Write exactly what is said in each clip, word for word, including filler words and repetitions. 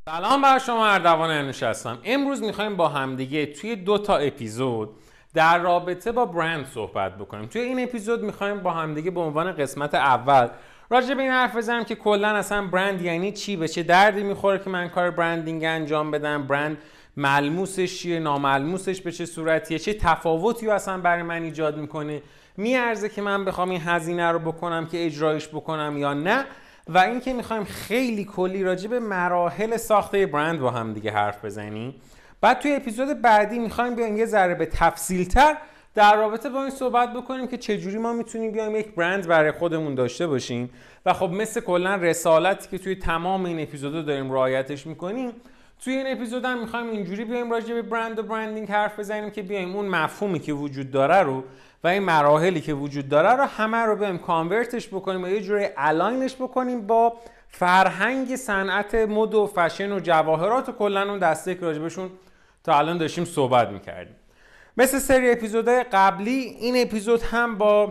سلام بر شما، اردوان انوش هستم. امروز میخوایم با همدیگه توی دو تا اپیزود در رابطه با برند صحبت بکنیم. توی این اپیزود میخوایم با همدیگه به عنوان قسمت اول راجع به این حرف بزنیم که کلا اصلا برند یعنی چی، به چه دردی میخوره که من کار برندینگ انجام بدم، برند ملموسش چیه، ناملموسش به چه صورتیه، چه تفاوتی اصلا برای من ایجاد میکنه، میارزه که من بخوام این هزینه رو بکنم که اجرایش بکنم یا نه. و اینکه میخوایم خیلی کلی راجع به مراحل ساخته برند با هم دیگه حرف بزنیم. بعد توی اپیزود بعدی میخوایم بیایم یه ذره به تفصیل‌تر در رابطه با این صحبت بکنیم که چجوری ما میتونیم بیایم یک برند برای خودمون داشته باشیم. و خب مثل کلا رسالتی که توی تمام این اپیزودا داریم رعایتش میکنیم، توی این اپیزود هم میخوایم اینجوری بیایم راجع به برند و برندینگ حرف بزنیم که بیایم اون مفهومی که وجود داره رو و این مراحلی که وجود داره رو همه رو بیایم کانورتش بکنیم و یه جوری الاینش بکنیم با فرهنگ صنعت مد و فشن و جواهرات و کلا اون دسته که راجبشون تا الان داشتیم صحبت میکردیم. مثل سری اپیزودهای قبلی، این اپیزود هم با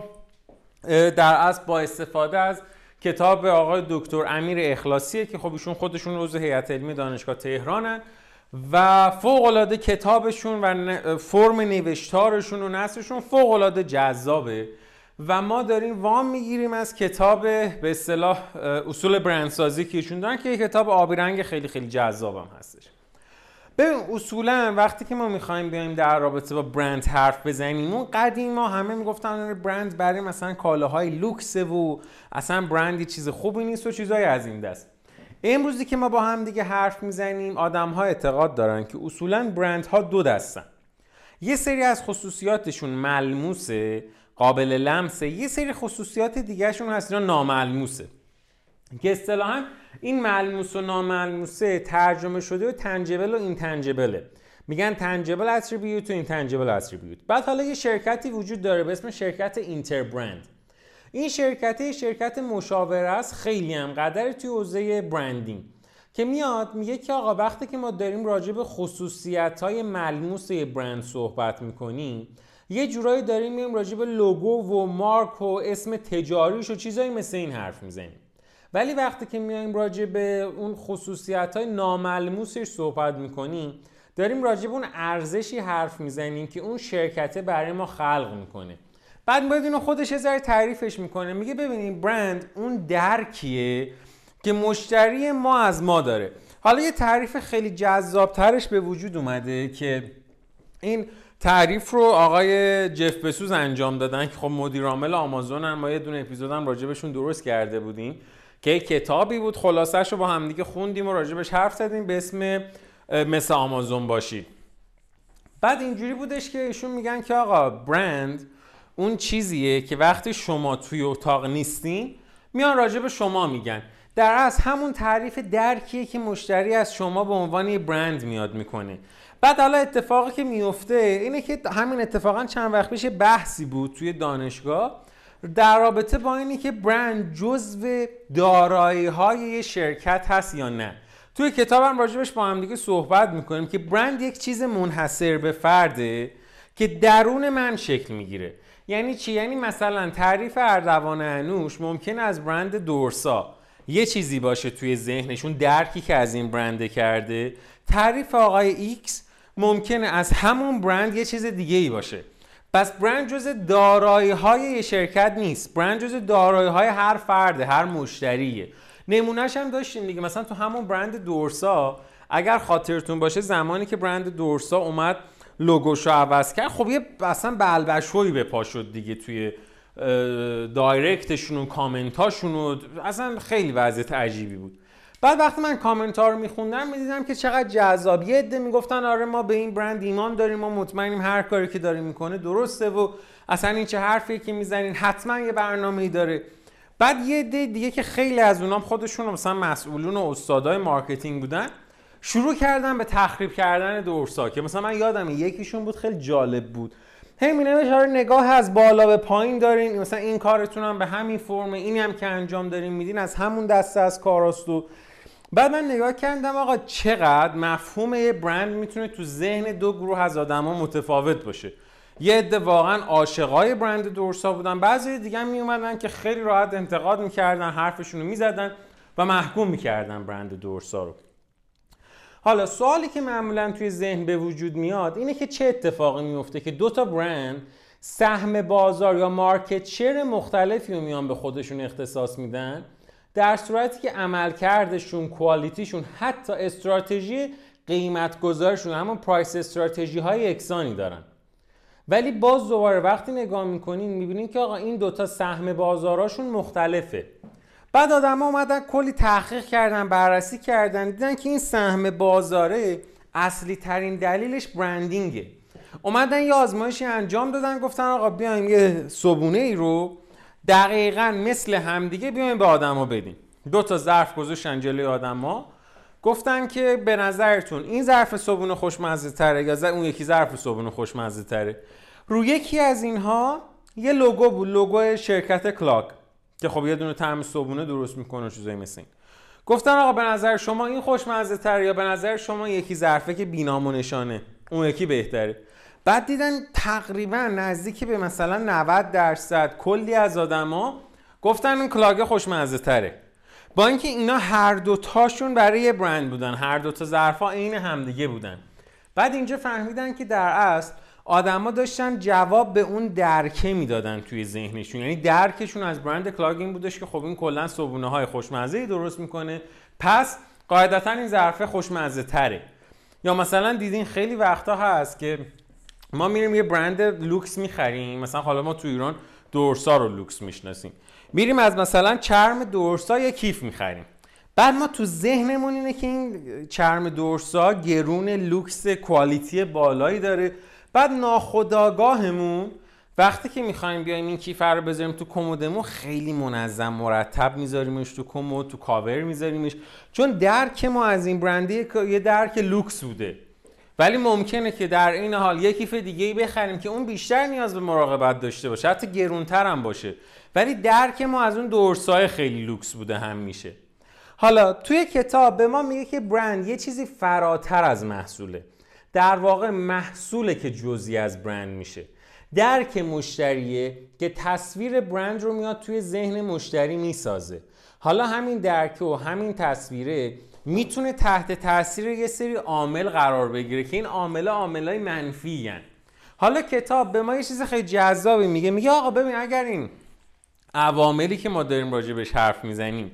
در اصل با استفاده از کتاب آقای دکتر امیر اخلاصیه که خب ایشون خودشون عضو هیئت علمی دانشگاه تهرانن و فوق‌العاده کتابشون و فرم نوشتارشون و نثرشون فوق‌العاده جذابه و ما داریم وام میگیریم از کتاب به اصطلاح اصول برندسازی که ایشون دارن که یک کتاب آبی رنگ خیلی خیلی جذابم هستش. ببین اصولا وقتی که ما میخوایم بیایم در رابطه با برند حرف بزنیم، اون قدیما همه میگفتن برند برای مثلا کالاهای لوکسه و اصلا برندی چیز خوبی نیست و چیزای از این دست. امروزی که ما با هم دیگه حرف میزنیم، آدم‌ها اعتقاد دارن که اصولا برندها دو دستن. یه سری از خصوصیاتشون ملموسه، قابل لمسه، یه سری خصوصیات دیگه‌شون هست اینا ناملموسه. که اصطلاحاً این ملموس و ناملموسه ترجمه شده و تنجبل و اینتنجبله. میگن تنجبل اتریبیوت و اینتنجبل اتریبیوت. بعد حالا یه شرکتی وجود داره به اسم شرکت اینتربرند. این شرکت شرکت مشاوره است، خیلی هم قدر توی حوزه برندینگ که میاد میگه که آقا وقتی که ما داریم راجع به خصوصیت‌های ملموس برند صحبت می‌کنیم، یه جورایی داریم میایم راجع به لوگو و مارک و اسم تجاریش و چیزایی مثل این حرف میزنیم. ولی وقتی که میایم راجع به اون خصوصیت‌های ناملموسش صحبت می‌کنیم، داریم راجع به اون ارزشی حرف میزنیم که اون شرکت برای ما خلق میکنه. بعد باید اینو خودش یه ذره تعریفش میکنه، میگه ببینید برند اون درکیه که مشتری ما از ما داره. حالا یه تعریف خیلی جذاب ترش به وجود اومده که این تعریف رو آقای جف بسوس انجام دادن که خب مدیر عامل آمازون هم، ما یه دونه اپیزودم راجبشون درست کرده بودیم که یک کتابی بود، خلاصش رو با هم دیگه خوندیم و راجبش حرف زدیم به اسم مثل آمازون باشید. بعد اینجوری بودش که ایشون میگن که آقا برند اون چیزیه که وقتی شما توی اتاق نیستین میان راجع به شما میگن. در اصل همون تعریف درکیه که مشتری از شما به عنوان یه برند میاد میکنه. بعد حالا اتفاقی که میفته اینه که همین اتفاقا چند وقت پیش بحثی بود توی دانشگاه در رابطه با اینی که برند جزو دارایی‌های یه شرکت هست یا نه. توی کتابم راجبش با هم دیگه صحبت میکنیم که برند یک چیز منحصر به فرده که درون من شکل میگیره. یعنی چی؟ یعنی مثلا تعریف اردوان انوش ممکنه از برند دورسا یه چیزی باشه توی ذهنشون، درکی که از این برنده کرده. تعریف آقای ایکس ممکنه از همون برند یه چیز دیگه ای باشه. پس برند جز دارایی‌های یه شرکت نیست، برند جز دارایی‌های هر فرده، هر مشتریه. نمونهش هم داشتیم دیگه، مثلا تو همون برند دورسا اگر خاطرتون باشه زمانی که برند دورسا اومد لوگوشو عوض کرد، خب یه اصلا بلبشویی به پا شد دیگه توی دایرکتشون و کامنتاشون و اصلا خیلی وضعیت عجیبی بود. بعد وقتی من کامنت ها رو میخوندم میدیدم که چقدر جذاب. یه عده میگفتن آره ما به این برند ایمان داریم، ما مطمئنیم هر کاری که داره میکنه درسته و اصلا این چه حرفی که میزنین حتما یه برنامه‌ای داره. بعد یه عده دیگه که خیلی از اونام خودشون مثلا مسئولون و استادای مارکتینگ بودن شروع کردن به تخریب کردن دورسا که مثلا من یادمه یکیشون بود خیلی جالب بود، هی می‌نوشت آره نگاه از بالا به پایین دارین، مثلا این کارتون هم به همین فرمه، اینی هم که انجام دارین میدین از همون دسته از کاراست. و بعد من نگاه کردم آقا چقدر مفهوم یه برند میتونه تو ذهن دو گروه از آدما متفاوت باشه. یه عده واقعا عاشقای برند دورسا بودن، بعضی دیگه هم میومدن که خیلی راحت انتقاد میکردن، حرفشون رو میزدن و محکوم میکردن برند دورسا رو. حالا سوالی که معمولا توی ذهن به وجود میاد اینه که چه اتفاقی میفته که دو تا برند سهم بازار یا مارکت شیر مختلفی رو میان به خودشون اختصاص میدن، در صورتی که عملکردشون، کوالیتیشون، حتی استراتژی قیمت گذارشون، همون پرایس استراتژی های یکسانی دارن. ولی باز دوباره وقتی نگاه میکنین میبینین که آقا این دوتا سهم بازاراشون مختلفه. بعد آدم ها اومدن کلی تحقیق کردن، بررسی کردن، دیدن که این سهم بازاره اصلی ترین دلیلش برندینگه. اومدن یه آزمایشی انجام دادن، گفتن آقا بیایم یه صبونه ای رو دقیقاً مثل همدیگه بیایم به آدم ها بدیم. دو تا ظرف گذاشتن جلوی آدم ها، گفتن که به نظرتون این ظرف صبونه خوشمزه تره یا اون یکی ظرف صبونه خوشمزه تره. روی یکی از اینها یه لوگو بود، لوگو شرکت کلاک که خب یه دونه طعم صبونه درست میکنه و چیزایی مثل این. گفتن آقا به نظر شما این خوشمزه تره یا به نظر شما یکی ظرفه که بینام و نشانه اون یکی بهتره؟ بعد دیدن تقریبا نزدیک به مثلا نود درصد کلی از آدما گفتن اون کلاک خوشمزه تره، با اینکه اینا هر دو تاشون برای یه برند بودن، هر دو تا ظرفا عین همدیگه بودن. بعد اینجا فهمیدن که در اصل آدما داشتن جواب به اون درکه میدادن توی ذهنشون، یعنی درکشون از برند کلاک این بودش که خب این کلا صبونه های خوشمزه درست میکنه، پس قاعدتا این ظرف خوشمزه تره. یا مثلا دیدین خیلی وقتا هست که ما میریم یه برند لوکس میخریم، مثلا حالا ما تو ایران دورسا رو لوکس میشناسیم، میریم از مثلا چرم دورسا یه کیف میخریم، بعد ما تو ذهنمون اینه که این چرم دورسا گرون، لوکس، کوالیتی بالایی داره. بعد ناخودآگاهمون وقتی که میخوایم بیایم این کیف رو بذاریم تو کمدمون خیلی منظم مرتب میذاریمش تو کمد، تو کاور میذاریمش، چون درک ما از این برنده یه درک لوکس بوده. ولی ممکنه که در این حال یک کیف دیگه‌ای بخریم که اون بیشتر نیاز به مراقبت داشته باشه، حتی گرونتر هم باشه، ولی درک ما از اون دورسای خیلی لوکس بوده هم میشه. حالا توی کتاب به ما میگه که برند یه چیزی فراتر از محصوله، در واقع محصوله که جزئی از برند میشه. درک مشتریه که تصویر برند رو میاد توی ذهن مشتری میسازه. حالا همین درک و همین تصویره میتونه تحت تاثیر یه سری عامل قرار بگیره که این عامل عاملای منفی هن. حالا کتاب به ما یه چیز خیلی جذابی میگه، میگه آقا ببین اگر این عواملی که ما داریم راجع بهش حرف میزنیم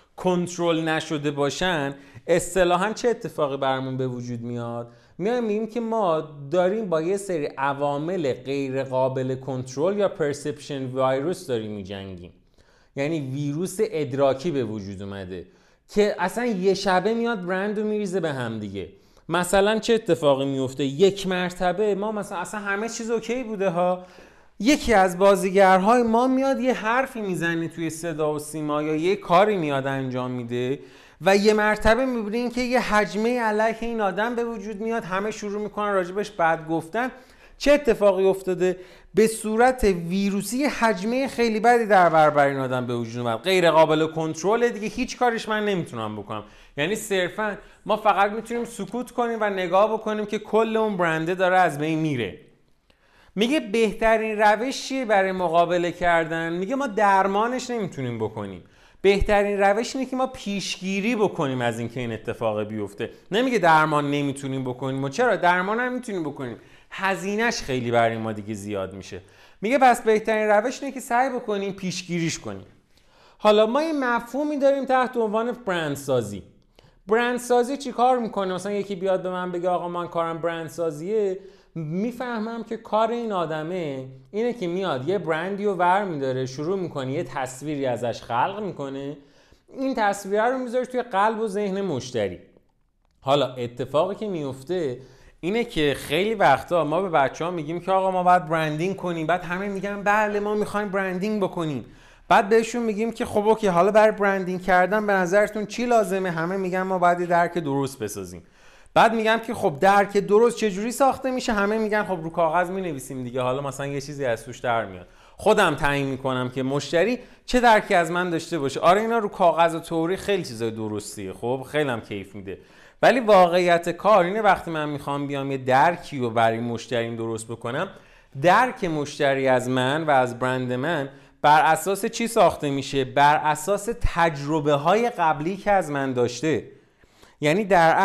کنترل نشده باشن، اصطلاحاً چه اتفاقی برامون به وجود میاد؟ میایم میگیم که ما داریم با یه سری عوامل غیر قابل کنترل یا پرسپشن ویروس داریم میجنگیم، یعنی ویروس ادراکی به وجود اومده که اصلا یه شبه میاد برند رو میریزه به هم دیگه. مثلا چه اتفاقی میفته؟ یک مرتبه ما مثلا اصلا همه چیز اوکی بوده ها، یکی از بازیگرهای ما میاد یه حرفی میزنه توی صدا و سیما یا یه کاری میاد انجام میده و یه مرتبه میبینین که یه هجمه علیه این آدم به وجود میاد، همه شروع میکنن راجبش بد گفتن. چه اتفاقی افتاده؟ به صورت ویروسی هجمه خیلی بدی در برابر این آدم به وجود اومد، غیر قابل کنترل دیگه، هیچ کاریش من نمیتونم بکنم. یعنی صرفا ما فقط میتونیم سکوت کنیم و نگاه بکنیم که کل اون برنده داره از بین میره. میگه بهترین روش چیه برای مقابله کردن؟ میگه ما درمانش نمیتونیم بکنیم، بهترین روش اینه که ما پیشگیری بکنیم از اینکه این اتفاق بیفته. نمیگه درمان نمیتونیم بکنیم، و چرا درمان هم میتونیم بکنیم، هزینهش خیلی برای ما دیگه زیاد میشه. میگه پس بهترین روش اینه که سعی بکنیم پیشگیریش کنیم. حالا ما این مفهومی داریم تحت عنوان برندسازی. برندسازی چی کار میکنه؟ مثلا یکی بیاد به من بگه آقا من کارم برندسازیه، میفهمم که کار این آدمه اینه که میاد یه برندی رو ور میداره، شروع میکنه یه تصویری ازش خلق میکنه، این تصویر رو میذاره توی قلب و ذهن مشتری. حالا اتفاقی که میفته اینه که خیلی وقتا ما به بچه‌ها میگیم که آقا ما باید برندینگ کنیم، بعد همه میگن بله ما میخوایم برندینگ بکنیم، بعد بهشون میگیم که خب اوکی حالا برای برندینگ کردن به نظرتون چی لازمه؟ همه میگن ما باید درک درست بسازیم. بعد میگم که خب درک درست چجوری ساخته میشه؟ همه میگن خب رو کاغذ مینویسیم دیگه، حالا مثلا یه چیزی از توش در میاد، خودم تعیین میکنم که مشتری چه درکی از من داشته باشه. آره اینا رو کاغذ و تئوری خیلی چیزای درستیه، خب خیلی هم کیف میده، ولی واقعیت کار اینه وقتی من میخوام بیام یه درکی رو برای مشتریم درست بکنم، درک مشتری از من و از برند من بر اساس چی ساخته میشه؟ بر اساس تجربه های قبلی که از من داشته. یعنی در اصل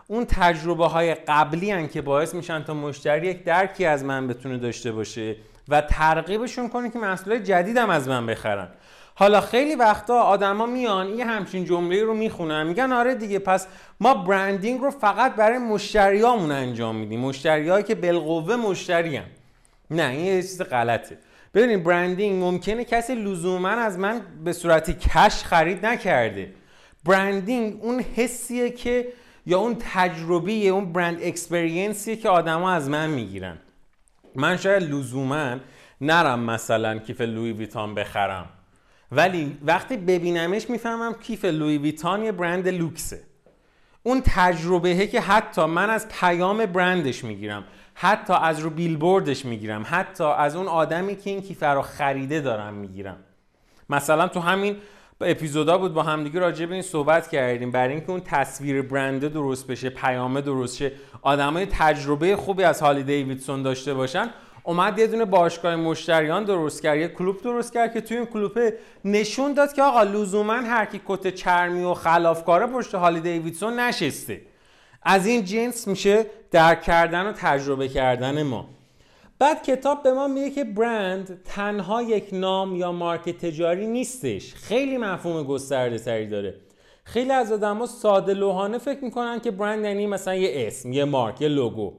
اون تجربه های قبلی هن که باعث میشن تا مشتری یک درکی از من بتونه داشته باشه و ترغیبشون کنه که محصولات جدیدم از من بخرن. حالا خیلی وقتا آدما میان یه همچین جمله رو میخونن، میگن آره دیگه پس ما برندینگ رو فقط برای مشتریامون انجام میدیم، مشتریایی که بالقوه مشتریان. نه، این یه چیز غلطه. ببینید برندینگ ممکنه کسی لزوما از من به صورت کش خرید نکرده. برندینگ اون حسیه که یا اون تجربیه، اون برند اکسپریانسیه که آدما از من میگیرن. من شاید لزوما نرم مثلا کیف لویی ویتان بخرم، ولی وقتی ببینمش میفهمم کیف لویی ویتان یه برند لوکسه. اون تجربهه که حتی من از پیام برندش میگیرم، حتی از رو بیلبوردش میگیرم، حتی از اون آدمی که این کیف رو خریده دارم میگیرم. مثلا تو همین اپیزودا بود با همدیگه راجع به این صحبت کردیم، برای اینکه اون تصویر برنده درست بشه، پیامه درست شه، آدمای تجربه خوبی از هارلی دیویدسون داشته باشن، اومد یه دونه باشگاه مشتریان درست کرد، یه کلوب درست کرد که توی این کلوب نشون داد که آقا لزوما هر کی کت چرمی و خلافکاره پشت هارلی دیویدسون نشسته. از این جنس میشه درک کردن و تجربه کردن ما. بعد کتاب به ما میگه که برند تنها یک نام یا مارک تجاری نیستش، خیلی مفهوم گسترده تری داره. خیلی از آدما ساده لوحانه فکر میکنن که برند یعنی مثلا یه اسم، یه مارک، یه لوگو.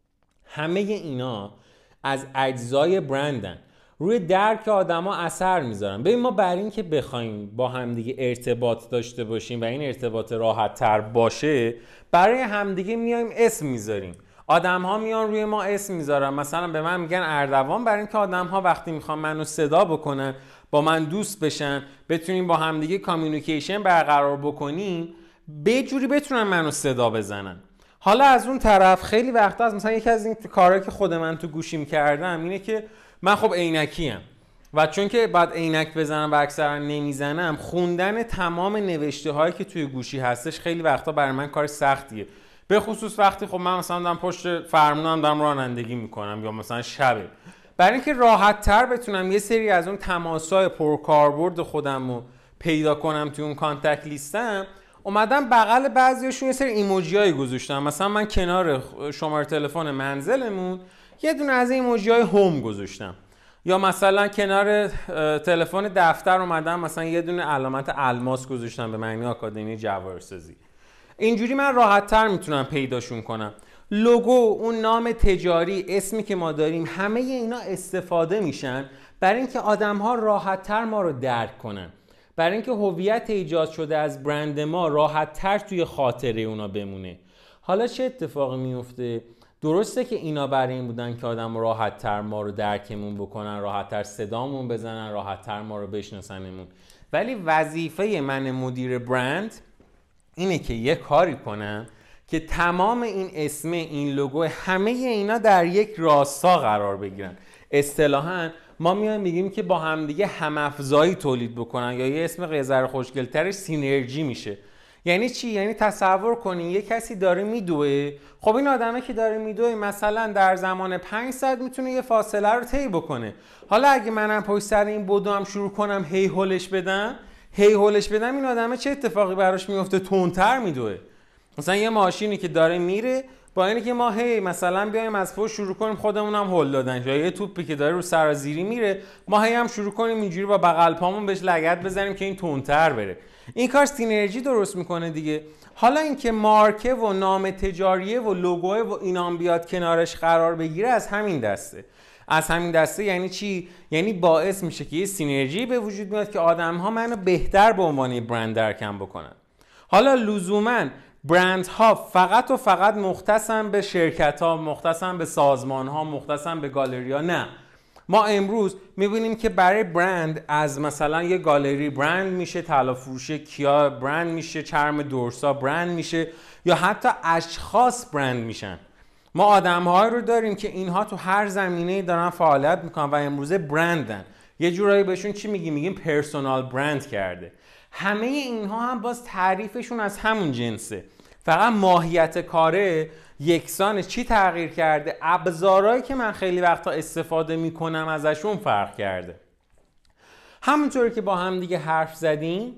همه اینا از اجزای برندن، روی درک آدما اثر میذارن. ببین ما برای این که بخوایم با همدیگه ارتباط داشته باشیم و این ارتباط راحت تر باشه، برای همدیگه میایم اسم میذاریم. آدم ها میان روی ما اسم میذارن، مثلا به من میگن اردوان، برای اینکه آدم ها وقتی میخوان منو صدا بکنن، با من دوست بشن، بتونیم با همدیگه کامیونیکیشن برقرار بکنیم، به جوری بتونن منو صدا بزنن. حالا از اون طرف خیلی وقتا از مثلا یکی از این کارهایی که خود من تو گوشیم کردم اینه که من خب عینکیم و چون که بعد عینک بزنم و اکثرا نمیزنم، خوندن تمام نوشته هایی که توی گوشی هستش خیلی وقتا برای من کار سختیه، به خصوص وقتی خب من مثلا دارم پشت فرمونم دارم رانندگی میکنم یا مثلا شبه. برای اینکه راحت تر بتونم یه سری از اون تماسای پرکاربرد خودم رو پیدا کنم توی اون کانتکت لیستم، اومدم بغل بعضیاشون یه سری ایموجیایی گذاشتم. مثلا من کنار شماره تلفن منزلمون یه دونه از این ایموجیای هوم گذاشتم، یا مثلا کنار تلفن دفتر اومدم مثلا یه دونه علامت الماس گذاشتم به معنی آکادمی جواهرسازی. اینجوری من راحت تر میتونم پیداشون کنم. لوگو، اون نام تجاری، اسمی که ما داریم، همه اینا استفاده میشن برای اینکه آدم‌ها راحت تر ما رو درک کنن، برای اینکه هویت ایجاد شده از برند ما راحت تر توی خاطره اونا بمونه. حالا چه اتفاقی میفته؟ درسته که اینا برای این بودن که آدم راحت تر ما رو درکمون بکنن، راحت تر صدامون بزنن، راحت تر ما رو بشناسنمون، ولی وظیفه من مدیر برند اینه که یه کاری کنم که تمام این اسم، این لوگو، همه اینا در یک راستا قرار بگیرن. اصطلاحاً ما میایم میگیم که با همدیگه هم‌افزایی تولید بکنن، یا یه اسم قیزر خوشگل‌ترش سینرژی میشه. یعنی چی؟ یعنی تصور کنین یه کسی داره میدوه، خب این آدمه که داره میدوه مثلا در زمان پنج ساعت میتونه یه فاصله رو طی بکنه. حالا اگه منم پشت سر این بدو هم شروع کنم هی هولش بدم، هی هولش بدم، این آدمه چه اتفاقی براش میفته؟ تندتر میدوه. مثلا یه ماشینی که داره میره، با اینه که ما هی مثلا بیایم از پشت شروع کنیم خودمون هم هول دادن، یا یه توپی که داره رو سرازیری میره، ما هی هم شروع کنیم اینجوری با بغل پامون بهش لگد بزنیم که این تندتر بره. این کار سینرژی درست میکنه دیگه. حالا اینکه مارکه و نام تجاریه و لوگوه و اینام بیاد کنارش قرار بگیره، از همین دسته. از همین دسته یعنی چی؟ یعنی باعث میشه که یه سینرژی به وجود میاد که آدم‌ها منو بهتر به عنوان برند درکم بکنن. حالا لزوماً برندها فقط و فقط مختصن به شرکت‌ها، مختصن به سازمان‌ها، مختصن به گالری‌ها؟ نه. ما امروز می‌بینیم که برای برند از مثلا یه گالری برند میشه، طلا فروش کیا برند میشه، چرم دورسا برند میشه، یا حتی اشخاص برند میشن. ما آدم‌هایی رو داریم که اینها تو هر زمینه‌ای دارن فعالیت میکنن و امروزه برندن. یه جورایی بهشون چی میگیم؟ میگیم پرسونال برند کرده. همه اینها هم باز تعریفشون از همون جنسه، فقط ماهیت کاره یکسانه. چی تغییر کرده؟ ابزارهایی که من خیلی وقتا استفاده میکنم ازشون فرق کرده. همونطوری که با هم دیگه حرف زدیم،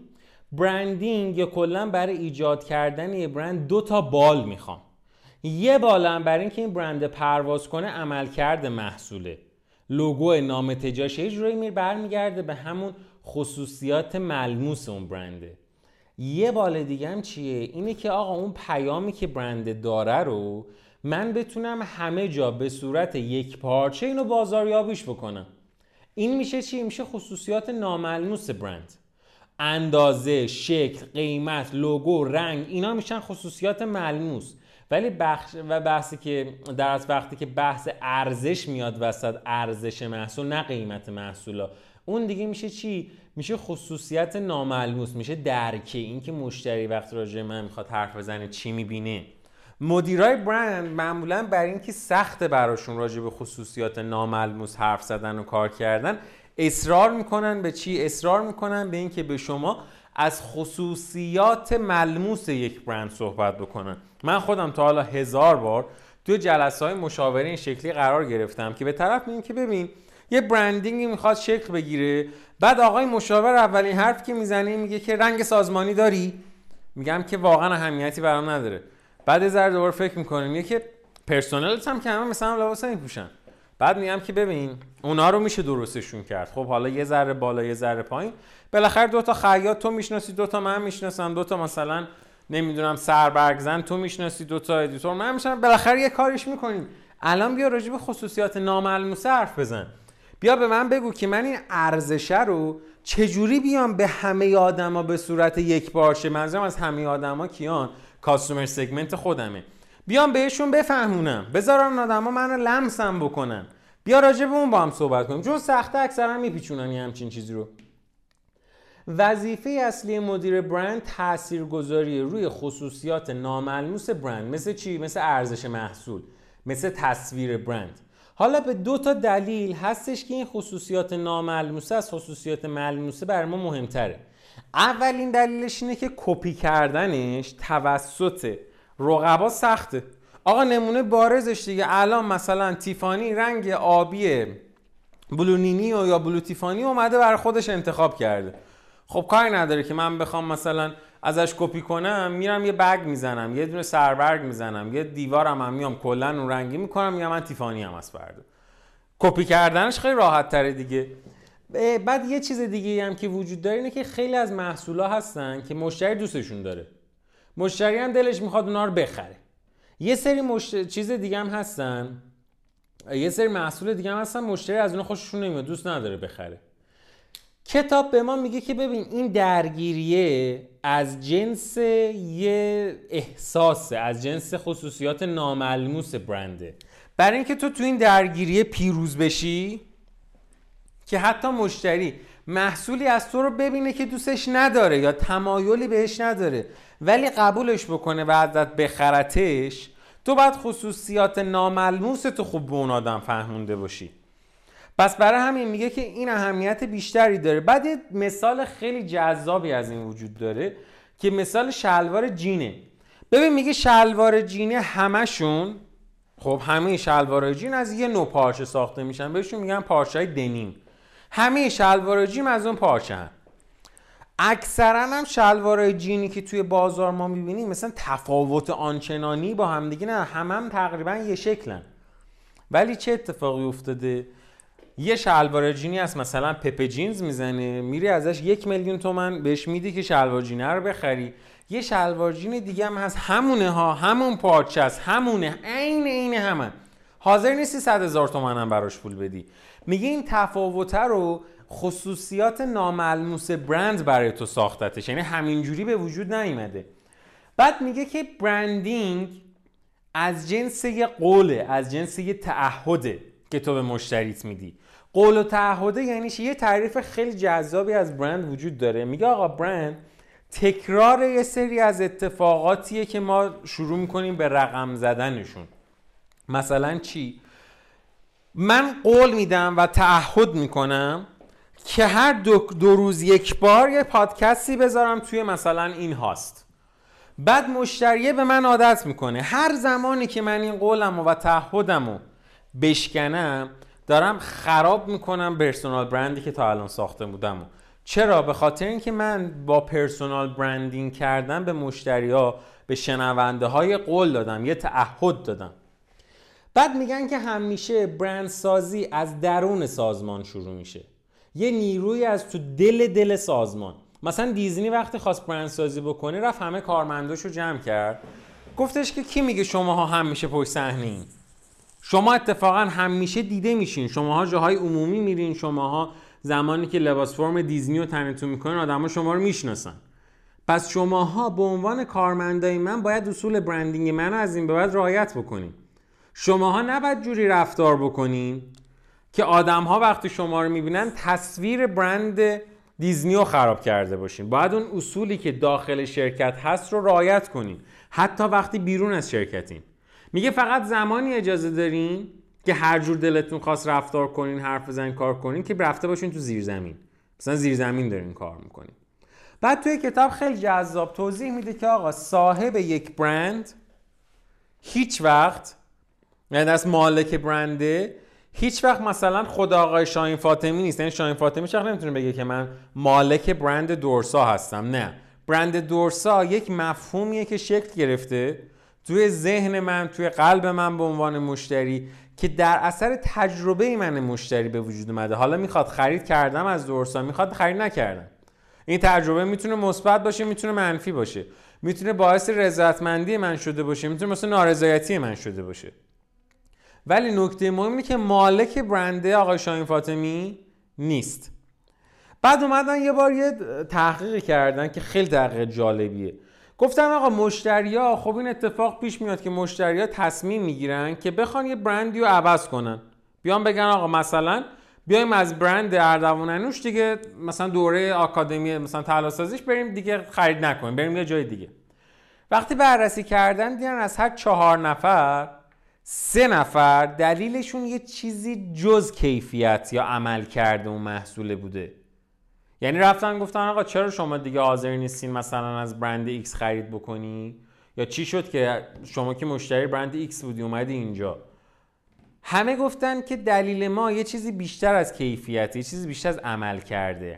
برندینگ یا کلا برای ایجاد کردن یه برند دو تا بال میخوام. یه بال هم برای اینکه این برند پرواز کنه عملکرد محصوله، لوگو، نام تجاری، یه جوری میره برمیگرده به همون خصوصیات ملموس اون برنده. یه بال دیگه هم چیه؟ اینه که آقا اون پیامی که برند داره رو من بتونم همه جا به صورت یک پارچه اینو بازاریابیش بکنم. این میشه چی؟ میشه خصوصیات ناملموس برند. اندازه، شکل، قیمت، لوگو، رنگ، اینا میشن خصوصیات ملموس. ولی بخش و بحثی که در از وقتی که بحث ارزش میاد وسط، ارزش محصول نه قیمت محصولا، اون دیگه میشه چی؟ میشه خصوصیت ناملموس، میشه درکه. این که مشتری وقت راجع من میخواد حرف بزنه چی میبینه. مدیرای برند معمولا برای اینکه سخته براشون راجع به خصوصیات ناملموس حرف زدن و کار کردن، اصرار میکنن به چی؟ اصرار میکنن به اینکه به شما از خصوصیات ملموس یک برند صحبت بکنن. من خودم تا حالا هزار بار توی جلسه‌های مشاوره این شکلی قرار گرفتم که به طرف میگم که ببین یه برندینگی میخواد شکل بگیره، بعد آقای مشاور اولین حرف که میزنه میگه که رنگ سازمانی داری؟ میگم که واقعا اهمیتی برام نداره. بعد از ذره دوباره فکر میکنه میگه که پرسنلت هم که همه مثلا لباس میپوشن. بعد میگم که ببین اونا رو میشه درستشون کرد. خب حالا یه ذره بالا یه ذره پایین، بالاخره دو تا خیاط تو میشناسی، دو تا من میشناسم، دو تا مثلا نمیدونم سربرگزن تو میشناسی، دو تا ادیتور من میشناسم، بالاخره یه کاریش میکنیم. الان بیا راجع به خصوصیات ناملموس حرف بزن. بیا به من بگو که من این ارزش رو چجوری بیام به همه آدما به صورت یک پارچه، منظورم از همه آدما کیان؟ کاستومر سگمنت خودمه. بیام بهشون بفهمونم، بذارم آدما منو لمسم بکنن. بیا راجع به اون با هم صحبت کنیم. چون سخته اکثرا میپیچونن یه همچین چیزی رو. وظیفه اصلی مدیر برند تاثیرگذاری روی خصوصیات ناملموس برند، مثل چی؟ مثل ارزش محصول، مثل تصویر برند. حالا به دو تا دلیل هستش که این خصوصیات ناملموسه از خصوصیات ملموسه برای ما مهمتره. اولین دلیلش اینه که کپی کردنش توسط رقبا سخته. آقا نمونه بارزش دیگه، الان مثلا تیفانی رنگ آبی بلونینی یا بلو تیفانی اومده برای خودش انتخاب کرده. خب کاری نداره که من بخوام مثلا ازش کپی کنم، میرم یه بگ میزنم، یه دونه سربرگ میزنم، یه دیوارم هم میام کلا اون رنگی میکنم، میگم من تیفانی هم از فردا. کپی کردنش خیلی راحت تره دیگه. بعد یه چیز دیگه هم که وجود داره اینه که خیلی از محصولا هستن که مشتری دوستشون داره، مشتری هم دلش میخواد اونا رو بخره. یه سری مشت... چیز دیگه هم هستن، یه سری محصول دیگه هم هستن مشتری از اونها خوششون نمیاد، دوست نداره بخره. کتاب به ما میگه که ببین این درگیریه از جنس یه احساسه، از جنس خصوصیات ناملموس برنده. برای اینکه تو تو این درگیریه پیروز بشی که حتی مشتری محصولی از تو رو ببینه که دوستش نداره یا تمایلی بهش نداره ولی قبولش بکنه و ازت بخرتش، تو باید خصوصیات ناملموس تو خوب به اون آدم فهمونده باشی. پس برای همین میگه که این اهمیت بیشتری داره. بعد یه مثال خیلی جذابی از این وجود داره که مثال شلوار جینه. ببین میگه شلوار جینه همشون، خب همه شلوار جین از یه نوع پارچه ساخته میشن، بهشون میگن پارچه‌های دنیم. همه شلوار جین از اون پارچه هم. اکثرا هم شلوارای جینی که توی بازار ما میبینیم مثلا تفاوت آنچنانی با هم دیگه نه، هم هم تقریبا یه شکلن. ولی چه اتفاقی افتاده؟ یه شلوار جینی هست مثلا پپ جینز میزنه، میری ازش یک میلیون تومن بهش میدی که شلوار جینه رو بخری. یه شلوار جین دیگه هم هست همونه ها، همون پارچه است، همونه، عین عین همه، حاضر نیستی صد هزار تومن هم براش پول بدی. میگه این تفاوت رو خصوصیات ناملموس برند برای تو ساختتش، یعنی همینجوری به وجود نیامده. بعد میگه که برندینگ از جنس یه قوله، از جنس یه تعهده که تو به مشتریت میدی. قول و تعهده یعنی چی؟ یه تعریف خیلی جذابی از برند وجود داره. میگه آقا برند تکرار یه سری از اتفاقاتیه که ما شروع میکنیم به رقم زدنشون. مثلا چی؟ من قول میدم و تعهد میکنم که هر دو, دو روز یک بار یه پادکستی بذارم توی مثلا این هاست. بعد مشتریه به من عادت میکنه، هر زمانی که من این قولم و تعهدمو بشکنم دارم خراب میکنم پرسونال برندی که تا الان ساخته بودم. چرا؟ به خاطر اینکه من با پرسونال برندینگ کردن به مشتری‌ها، به شنونده های قول دادم، یه تعهد دادم. بعد میگن که همیشه برند سازی از درون سازمان شروع میشه، یه نیروی از تو دل دل سازمان. مثلا دیزنی وقتی خواست برند سازی بکنه رفت همه کارمنداشو جمع کرد، گفتش که کی میگه شماها همیشه پشت صحنه‌این؟ شما اتفاقا همیشه دیده میشین، شماها جاهای عمومی میرین، شماها زمانی که لباس فرم دیزنی رو تنتون میکنن آدما شما رو میشناسن. پس شماها به عنوان کارمندای من باید اصول برندینگ منو از این به بعد رعایت بکنین. شماها نباید جوری رفتار بکنین که آدم‌ها وقتی شما رو میبینن تصویر برند دیزنی رو خراب کرده باشین. باید اون اصولی که داخل شرکت هست رو رعایت کنین، حتی وقتی بیرون از شرکتین. میگه فقط زمانی اجازه دارین که هر جور دلتون خواست رفتار کنین، حرف بزنین، کار کنین که رفته باشین تو زیر زمین. مثلا زیر زمین دارین کار میکنین. بعد توی کتاب خیلی جذاب توضیح میده که آقا صاحب یک برند هیچ وقت، یعنی از مالک برنده، هیچ وقت مثلا خدا آقای شاهین فاطمی نیست. یعنی شاهین فاطمی شخص نمیتونه بگه که من مالک برند دورسا هستم. نه، برند دورسا یک مفهومیه که شکل گرفته توی ذهن من، توی قلب من به عنوان مشتری، که در اثر تجربه من مشتری به وجود اومده. حالا میخواد خرید کردم از دورسا، میخواد خرید نکردم. این تجربه میتونه مثبت باشه، میتونه منفی باشه، میتونه باعث رضایتمندی من شده باشه، میتونه مثلا نارضایتی من شده باشه. ولی نکته مهم اینه که مالک برنده آقای شاهین فاطمی نیست. بعد اومدن یه بار یه تحقیقی کردن که خیلی تحقیق جالبیه. گفتن آقا مشتریا، خب این اتفاق پیش میاد که مشتریا تصمیم میگیرن که بخوان یه برندی رو عوض کنن. بیان بگن آقا مثلا بیایم از برند اردوان انوش دیگه مثلا دوره آکادمی مثلا طلاسازیش بریم دیگه خرید نکنیم، بریم یه جای دیگه. وقتی بررسی کردن دیدن از هر چهار نفر سه نفر دلیلشون یه چیزی جز کیفیت یا عمل کرده اون محصوله بوده. یعنی رفتن گفتن آقا چرا شما دیگه حاضر نیستین مثلا از برند ایکس خرید بکنی؟ یا چی شد که شما که مشتری برند ایکس بودی اومدی اینجا؟ همه گفتن که دلیل ما یه چیزی بیشتر از کیفیت، یه چیزی بیشتر از عمل کرده.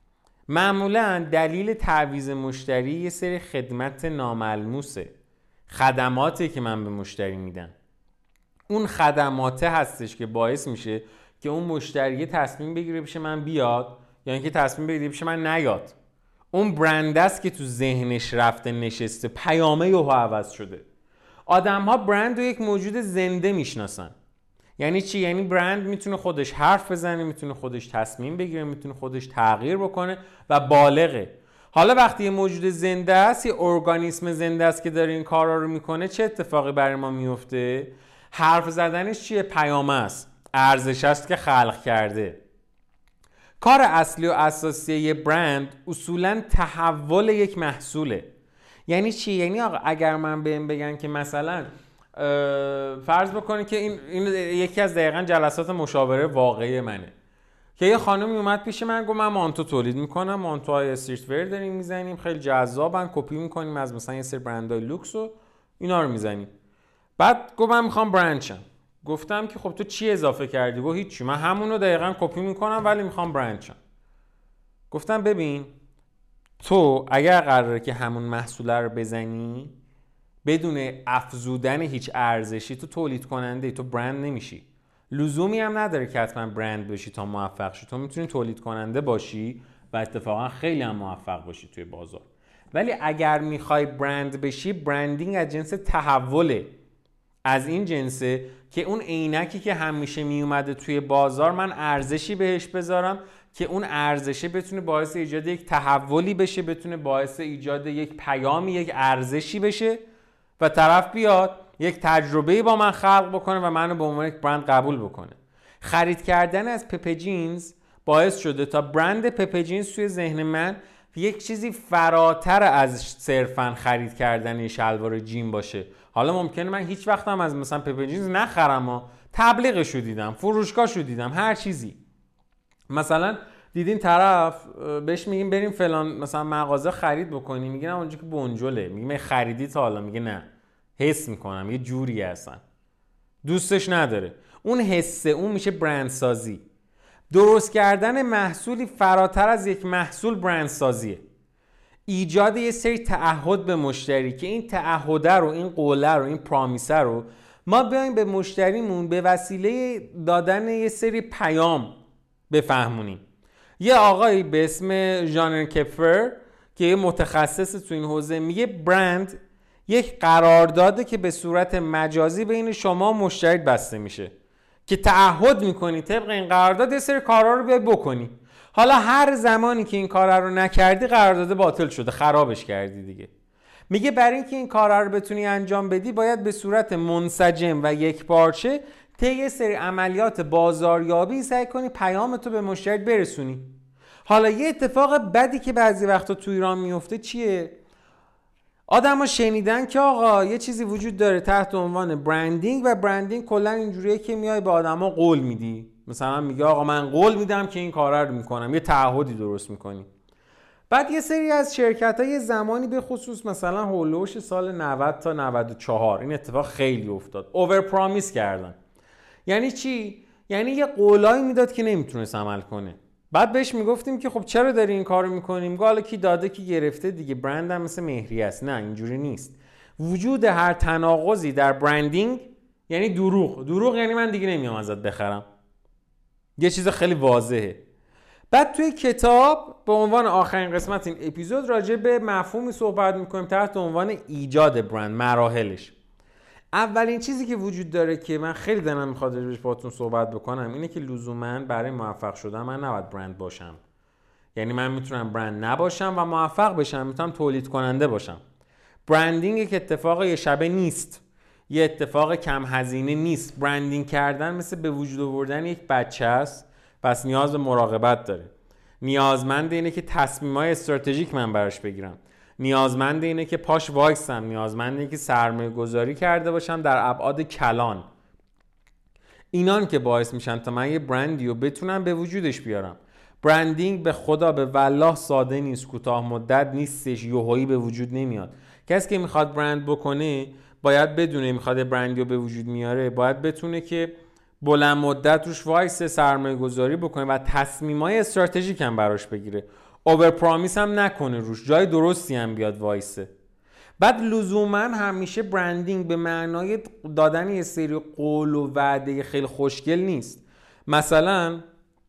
معمولا دلیل تعویض مشتری یه سری خدمت ناملموسه، خدماتی که من به مشتری میدم. اون خدماته هستش که باعث میشه که اون مشتری تصمیم بگیره پیش من بیاد یا اینکه تصمیم بگیره پیش من نیاد. اون برند است که تو ذهنش رفته نشسته، پیامه یهو عوض شده. آدم‌ها برند رو یک موجود زنده میشناسن. یعنی چی؟ یعنی برند میتونه خودش حرف بزنه، میتونه خودش تصمیم بگیره، میتونه خودش تغییر بکنه و بالغه. حالا وقتی یه موجود زنده است، یه ارگانیسم زنده است که داره این کارا رو میکنه، چه اتفاقی برای ما میفته؟ حرف زدنش چیه؟ پیامه است، ارزش است که خلق کرده. کار اصلی و اساسی یه برند اصولاً تحول یک محصوله. یعنی چی؟ یعنی آقا اگر من بهم بگن که مثلا فرض بکنید که این, این یکی از دقیقاً جلسات مشاوره واقعی منه که یه خانمی اومد پیش من گفت من مانتو تولید میکنم، مانتوهای استریت ویر داریم میزنیم، خیلی جذابن، کپی میکنیم از مثلا یه سری برندهای لوکس و اینا رو میزنیم. بعد گفت من میخوام برند شم. گفتم که خب تو چی اضافه کردی؟ گفت هیچی، من همون رو دقیقاً کپی میکنم ولی میخوام برند شم. گفتم ببین تو اگر قراره که همون محصول رو بزنی بدون افزودن هیچ ارزشی، تو تولید کننده، تو برند نمیشی. لزومی هم نداره که حتما برند بشی تا موفق شی. تو میتونی تولید کننده باشی و اتفاقا خیلی هم موفق باشی توی بازار. ولی اگر میخوای برند بشی، برندینگ از جنس تحوله. از این جنسه که اون عینکی که همیشه میومده توی بازار من ارزشی بهش بذارم که اون ارزشه بتونه باعث ایجاد یک تحولی بشه، بتونه باعث ایجاد یک پیامی، یک ارزشی بشه و طرف بیاد یک تجربه‌ای با من خلق بکنه و منو به عنوان یک برند قبول بکنه. خرید کردن از پپه جینز باعث شده تا برند پپه جینز توی ذهن من یک چیزی فراتر از صرفاً خرید کردن شلوار جین باشه. حالا ممکنه من هیچ وقت هم از مثلا پپه جینز نخرم و تبلیغشو دیدم، فروشگاهشو دیدم، هر چیزی. مثلا دیدین طرف بهش میگیم بریم فلان مثلا مغازه خرید بکنیم، میگن اونجا که بنجله، میگم خریدی تا حالا؟ میگه نه، حس میکنم یه جوری هستن، دوستش نداره. اون حسه اون میشه برند سازی. درست کردن محصولی فراتر از یک محصول برندسازیه. ایجاد یه سری تعهد به مشتری که این تعهد رو، این قوله رو، این پرامیسه رو ما بیایم به مشتریمون به وسیله دادن یه سری پیام بفهمونیم. یه آقایی به اسم ژان کپفر که یه متخصص تو این حوزه میگه برند یک قرارداده که به صورت مجازی بین شما و مشتریت بسته میشه که تعهد میکنی طبق این قرارداد یه سری کارا رو بیای بکنی. حالا هر زمانی که این کارا رو نکردی قرارداد باطل شده، خرابش کردی دیگه. میگه برای اینکه این کارا رو بتونی انجام بدی باید به صورت منسجم و یکپارچه طی یه سری عملیات بازاریابی سعی کنی پیامتو به مشتریت برسونی. حالا یه اتفاق بدی که بعضی وقتا تو ایران میفته چیه؟ آدم‌ها شنیدن که آقا یه چیزی وجود داره تحت عنوان برندینگ و برندینگ کلا اینجوریه که میای به آدم‌ها قول میدی. مثلا میگه آقا من قول میدم که این کارا رو میکنم، یه تعهدی درست میکنی. بعد یه سری از شرکت‌ها یه زمانی به خصوص مثلا هولوش سال نود تا نود و چهار این اتفاق خیلی افتاد، اوور پرامیس کردن. یعنی چی؟ یعنی یه قولایی میداد که نمیتونست عمل کنه. بعد بهش میگفتیم که خب چرا داری این کارو میکنیم؟ میگه حالا کی داده کی گرفته دیگه، برند هم مثل مهری است. نه اینجوری نیست. وجود هر تناقضی در برندینگ یعنی دروغ. دروغ یعنی من دیگه نمیام ازت بخرم. یه چیز خیلی واضحه. بعد توی کتاب به عنوان آخرین قسمت این اپیزود راجع به مفهومی صحبت میکنیم تحت عنوان ایجاد برند، مراحلش. اولین چیزی که وجود داره که من خیلی دلم میخواد راجعش باهاتون صحبت بکنم اینه که لزوما برای موفق شدن من نباید برند باشم. یعنی من میتونم برند نباشم و موفق بشم، میتونم تولید کننده باشم. برندینگ یک اتفاق یه شبه نیست، یه اتفاق کم هزینه نیست. برندینگ کردن مثل به وجود آوردن یک بچه است، پس نیاز به مراقبت داره. نیازمند اینه که تصمیمای استراتژیک من براش بگیرم. نیازمند اینه که پاش وایسم، نیازمند اینه که سرمایه گذاری کرده باشم در ابعاد کلان. اینان که باعث میشن تا من یه برندی رو بتونم به وجودش بیارم. برندینگ به خدا به والله ساده نیست، کوتاه مدت نیستش، یوهایی به وجود نمیاد. کسی که میخواد برند بکنه باید بدونه میخواد برندی رو به وجود میاره، باید بتونه که بلند مدت روش وایسه، سرمایه گذاری بکنه و تصمیمای استراتژیک هم براش بگیره. اوور پرامیس هم نکنه روش، جای درستی هم بیاد وایسه. بعد لزوما همیشه برندینگ به معنای دادن یه سری قول و وعده خیلی خوشگل نیست. مثلا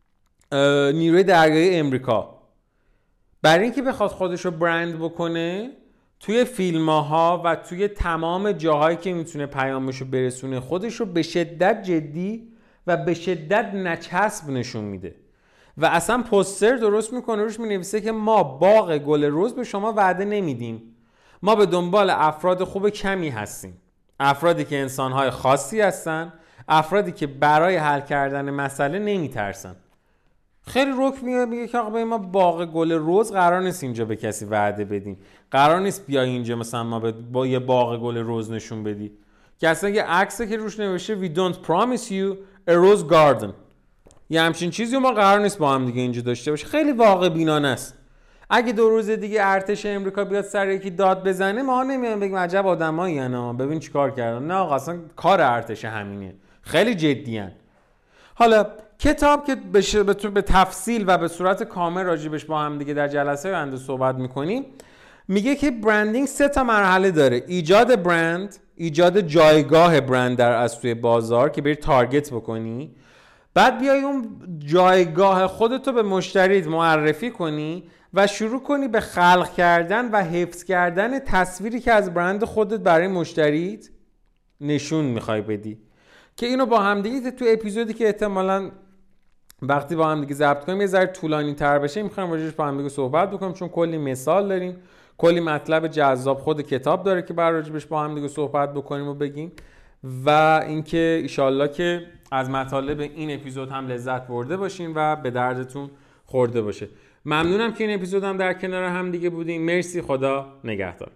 نیروی دریایی امریکا برای اینکه بخواد خودش رو برند بکنه توی فیلم‌ها و توی تمام جاهایی که میتونه پیامش رو برسونه خودش رو به شدت جدی و به شدت نچسب نشون میده و اصلا پوستر درست میکنه روش مینویسه که ما باغ گل رز به شما وعده نمیدیم، ما به دنبال افراد خوب کمی هستیم، افرادی که انسانهای خاصی هستن، افرادی که برای حل کردن مسئله نمیترسن. خیلی رک میگه میگه که آقا ما باغ گل رز قرار نیست اینجا به کسی وعده بدیم، قرار نیست بیای اینجا مثلا ما با یه باغ گل رز نشون بدی که اصلا یه عکسی که روش نوشته we don't promise you a rose garden، یه همچین چیزی ما قرار نیست با هم دیگه اینجا داشته باشه. خیلی واقع بینانه است. اگه دو روز دیگه ارتش امریکا بیاد سر یکی داد بزنه ما نمیایم بگیم عجب آدمایی انا ببین چیکار کردن. نه آقا اصلا کار ارتش همینه، خیلی جدیان. حالا کتاب که به به تفصیل و به صورت کامل راجبش با هم دیگه در جلسه آینده صحبت میکنیم، میگه که برندینگ سه تا مرحله داره: ایجاد برند، ایجاد جایگاه برند در از توی بازار که بری تارگت بکنی، بعد بیای اون جایگاه خودتو به مشتریت معرفی کنی و شروع کنی به خلق کردن و حفظ کردن تصویری که از برند خودت برای مشتریت نشون میخوای بدی. که اینو با هم دیگه تو اپیزودی که احتمالاً وقتی با هم دیگه ضبط کنیم یه ذره طولانی تر بشه میخوایم راجعش با هم دیگه صحبت بکنیم، چون کلی مثال داریم، کلی مطلب جذاب خود کتاب داره که برای راجعش با هم دیگه صحبت بکنیم و بگیم. و اینکه ایشالله که از مطالب این اپیزود هم لذت برده باشین و به دردتون خورده باشه. ممنونم که این اپیزود هم در کنار هم دیگه بودیم. مرسی، خدا نگهدار.